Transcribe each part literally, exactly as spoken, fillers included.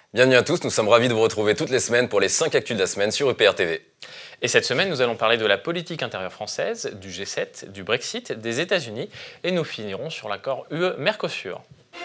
Bienvenue à tous, nous sommes ravis de vous retrouver toutes les semaines pour les cinq actus de la semaine sur U P R T V. Et cette semaine, nous allons parler de la politique intérieure française, du G sept, du Brexit, des États-Unis et nous finirons sur l'accord U E-Mercosur.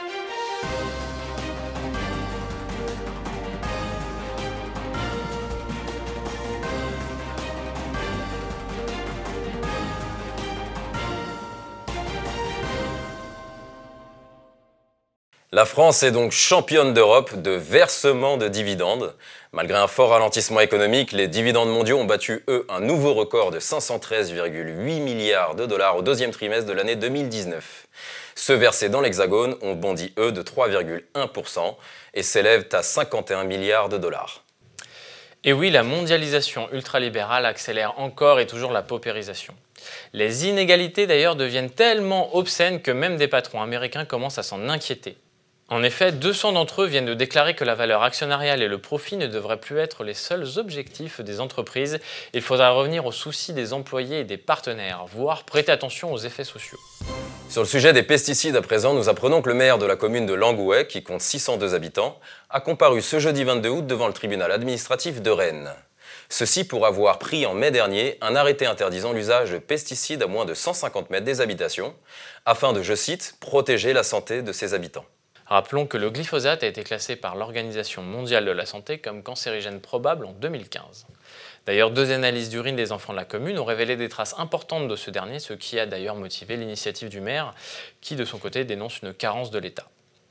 La France est donc championne d'Europe de versement de dividendes. Malgré un fort ralentissement économique, les dividendes mondiaux ont battu, eux, un nouveau record de cinq cent treize virgule huit milliards de dollars au deuxième trimestre de l'année deux mille dix-neuf. Ceux versés dans l'Hexagone ont bondi, eux, de trois virgule un pour cent et s'élèvent à cinquante et un milliards de dollars. Et oui, la mondialisation ultralibérale accélère encore et toujours la paupérisation. Les inégalités d'ailleurs deviennent tellement obscènes que même des patrons américains commencent à s'en inquiéter. En effet, deux cents d'entre eux viennent de déclarer que la valeur actionnariale et le profit ne devraient plus être les seuls objectifs des entreprises. Il faudra revenir aux soucis des employés et des partenaires, voire prêter attention aux effets sociaux. Sur le sujet des pesticides à présent, nous apprenons que le maire de la commune de Langouet, qui compte six cent deux habitants, a comparu ce jeudi vingt-deux août devant le tribunal administratif de Rennes. Ceci pour avoir pris en mai dernier un arrêté interdisant l'usage de pesticides à moins de cent cinquante mètres des habitations, afin de, je cite, protéger la santé de ses habitants. Rappelons que le glyphosate a été classé par l'Organisation mondiale de la santé comme cancérigène probable en deux mille quinze. D'ailleurs, deux analyses d'urine des enfants de la commune ont révélé des traces importantes de ce dernier, ce qui a d'ailleurs motivé l'initiative du maire, qui de son côté dénonce une carence de l'État.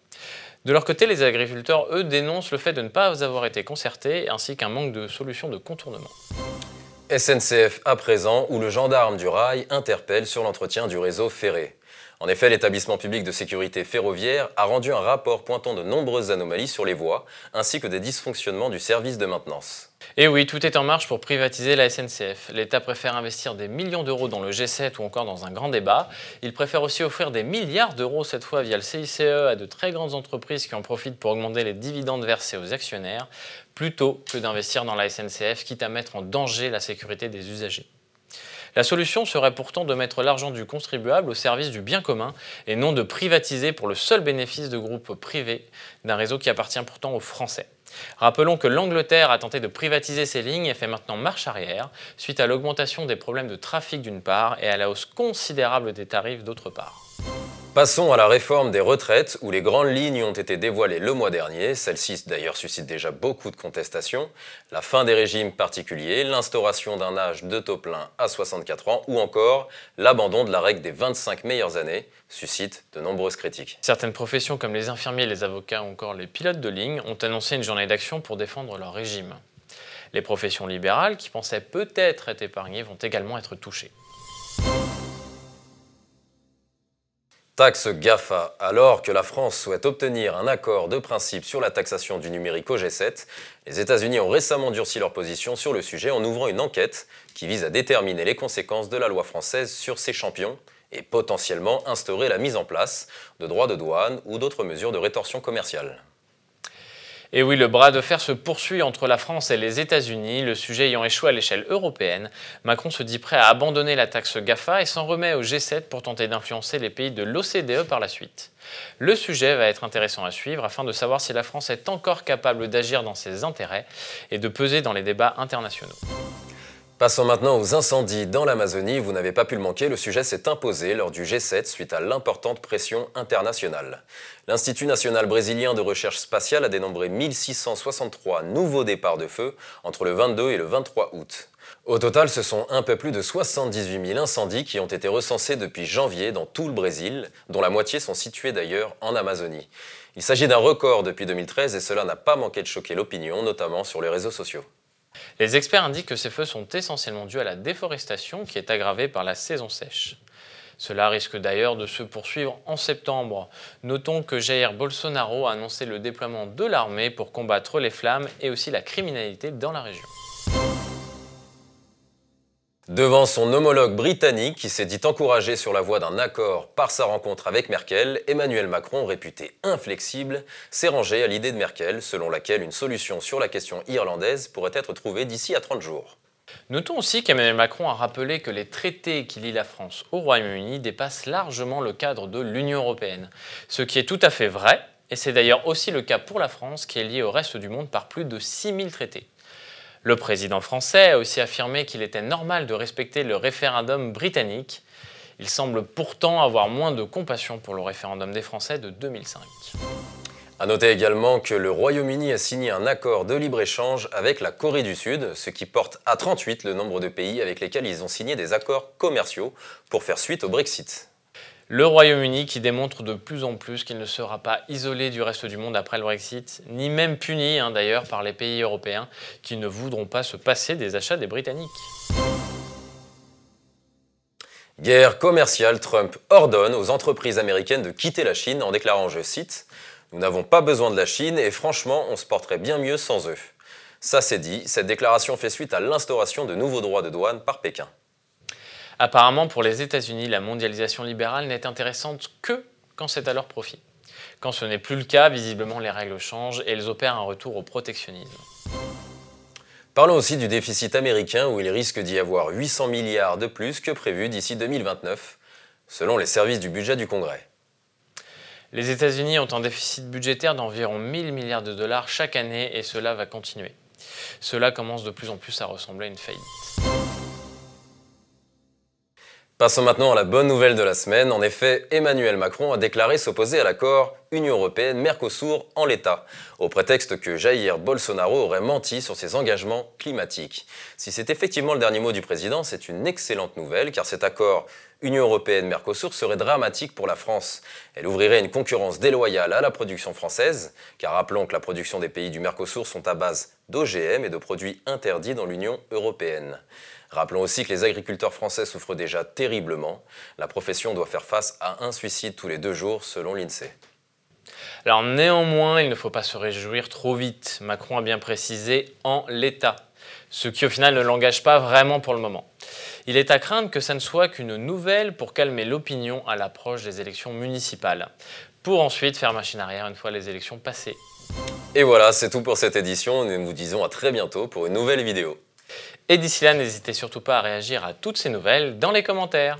De leur côté, les agriculteurs, eux, dénoncent le fait de ne pas avoir été concertés, ainsi qu'un manque de solutions de contournement. S N C F à présent, où le gendarme du rail interpelle sur l'entretien du réseau ferré. En effet, l'établissement public de sécurité ferroviaire a rendu un rapport pointant de nombreuses anomalies sur les voies, ainsi que des dysfonctionnements du service de maintenance. Et oui, tout est en marche pour privatiser la S N C F. L'État préfère investir des millions d'euros dans le G sept ou encore dans un grand débat. Il préfère aussi offrir des milliards d'euros cette fois via le C I C E à de très grandes entreprises qui en profitent pour augmenter les dividendes versés aux actionnaires, plutôt que d'investir dans la S N C F, quitte à mettre en danger la sécurité des usagers. La solution serait pourtant de mettre l'argent du contribuable au service du bien commun et non de privatiser pour le seul bénéfice de groupes privés d'un réseau qui appartient pourtant aux Français. Rappelons que l'Angleterre a tenté de privatiser ces lignes et fait maintenant marche arrière suite à l'augmentation des problèmes de trafic d'une part et à la hausse considérable des tarifs d'autre part. Passons à la réforme des retraites, où les grandes lignes ont été dévoilées le mois dernier. Celle-ci d'ailleurs suscite déjà beaucoup de contestations. La fin des régimes particuliers, l'instauration d'un âge de taux plein à soixante-quatre ans ou encore l'abandon de la règle des vingt-cinq meilleures années suscite de nombreuses critiques. Certaines professions comme les infirmiers, les avocats ou encore les pilotes de ligne ont annoncé une journée d'action pour défendre leur régime. Les professions libérales, qui pensaient peut-être être épargnées, vont également être touchées. Taxe GAFA. Alors que la France souhaite obtenir un accord de principe sur la taxation du numérique au G sept, les États-Unis ont récemment durci leur position sur le sujet en ouvrant une enquête qui vise à déterminer les conséquences de la loi française sur ces champions et potentiellement instaurer la mise en place de droits de douane ou d'autres mesures de rétorsion commerciale. Et oui, le bras de fer se poursuit entre la France et les États-Unis. Le sujet ayant échoué à l'échelle européenne, Macron se dit prêt à abandonner la taxe GAFA et s'en remet au G sept pour tenter d'influencer les pays de l'O C D E par la suite. Le sujet va être intéressant à suivre afin de savoir si la France est encore capable d'agir dans ses intérêts et de peser dans les débats internationaux. Passons maintenant aux incendies dans l'Amazonie. Vous n'avez pas pu le manquer, le sujet s'est imposé lors du G sept suite à l'importante pression internationale. L'Institut national brésilien de recherche spatiale a dénombré mille six cent soixante-trois nouveaux départs de feu entre le vingt-deux et le vingt-trois août. Au total, ce sont un peu plus de soixante-dix-huit mille incendies qui ont été recensés depuis janvier dans tout le Brésil, dont la moitié sont situés d'ailleurs en Amazonie. Il s'agit d'un record depuis deux mille treize et cela n'a pas manqué de choquer l'opinion, notamment sur les réseaux sociaux. Les experts indiquent que ces feux sont essentiellement dus à la déforestation qui est aggravée par la saison sèche. Cela risque d'ailleurs de se poursuivre en septembre. Notons que Jair Bolsonaro a annoncé le déploiement de l'armée pour combattre les flammes et aussi la criminalité dans la région. Devant son homologue britannique qui s'est dit encouragé sur la voie d'un accord par sa rencontre avec Merkel, Emmanuel Macron, réputé inflexible, s'est rangé à l'idée de Merkel selon laquelle une solution sur la question irlandaise pourrait être trouvée d'ici à trente jours. Notons aussi qu'Emmanuel Macron a rappelé que les traités qui lient la France au Royaume-Uni dépassent largement le cadre de l'Union européenne, ce qui est tout à fait vrai Et c'est d'ailleurs aussi le cas pour la France, qui est liée au reste du monde par plus de six mille traités. Le président français a aussi affirmé qu'il était normal de respecter le référendum britannique. Il semble pourtant avoir moins de compassion pour le référendum des Français de deux mille cinq. A noter également que le Royaume-Uni a signé un accord de libre-échange avec la Corée du Sud, ce qui porte à trente-huit le nombre de pays avec lesquels ils ont signé des accords commerciaux pour faire suite au Brexit. Le Royaume-Uni qui démontre de plus en plus qu'il ne sera pas isolé du reste du monde après le Brexit, ni même puni hein, d'ailleurs par les pays européens qui ne voudront pas se passer des achats des Britanniques. Guerre commerciale, Trump ordonne aux entreprises américaines de quitter la Chine en déclarant, je cite, « Nous n'avons pas besoin de la Chine et franchement, on se porterait bien mieux sans eux ». Ça c'est dit, cette déclaration fait suite à l'instauration de nouveaux droits de douane par Pékin. Apparemment, pour les États-Unis, la mondialisation libérale n'est intéressante que quand c'est à leur profit. Quand ce n'est plus le cas, visiblement les règles changent et elles opèrent un retour au protectionnisme. Parlons aussi du déficit américain où il risque d'y avoir huit cents milliards de plus que prévu d'ici deux mille vingt-neuf, selon les services du budget du Congrès. Les États-Unis ont un déficit budgétaire d'environ mille milliards de dollars chaque année et cela va continuer. Cela commence de plus en plus à ressembler à une faillite. Passons maintenant à la bonne nouvelle de la semaine. En effet, Emmanuel Macron a déclaré s'opposer à l'accord Union européenne-Mercosur en l'état, au prétexte que Jair Bolsonaro aurait menti sur ses engagements climatiques. Si c'est effectivement le dernier mot du président, c'est une excellente nouvelle, car cet accord Union européenne-Mercosur serait dramatique pour la France. Elle ouvrirait une concurrence déloyale à la production française, car rappelons que la production des pays du Mercosur sont à base d'O G M et de produits interdits dans l'Union européenne. Rappelons aussi que les agriculteurs français souffrent déjà terriblement. La profession doit faire face à un suicide tous les deux jours selon l'INSEE. Alors néanmoins, il ne faut pas se réjouir trop vite. Macron a bien précisé « en l'état », ce qui au final ne l'engage pas vraiment pour le moment. Il est à craindre que ça ne soit qu'une nouvelle pour calmer l'opinion à l'approche des élections municipales, pour ensuite faire machine arrière une fois les élections passées. Et voilà, c'est tout pour cette édition. Nous vous disons à très bientôt pour une nouvelle vidéo. Et d'ici là, n'hésitez surtout pas à réagir à toutes ces nouvelles dans les commentaires.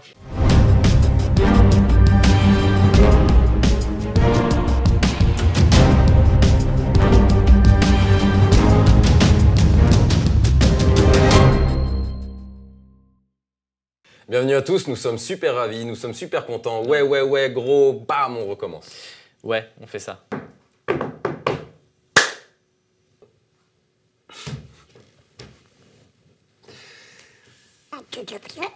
Bienvenue à tous, nous sommes super ravis, nous sommes super contents. Ouais, ouais, ouais, gros, bam, on recommence. Ouais, on fait ça. Tu te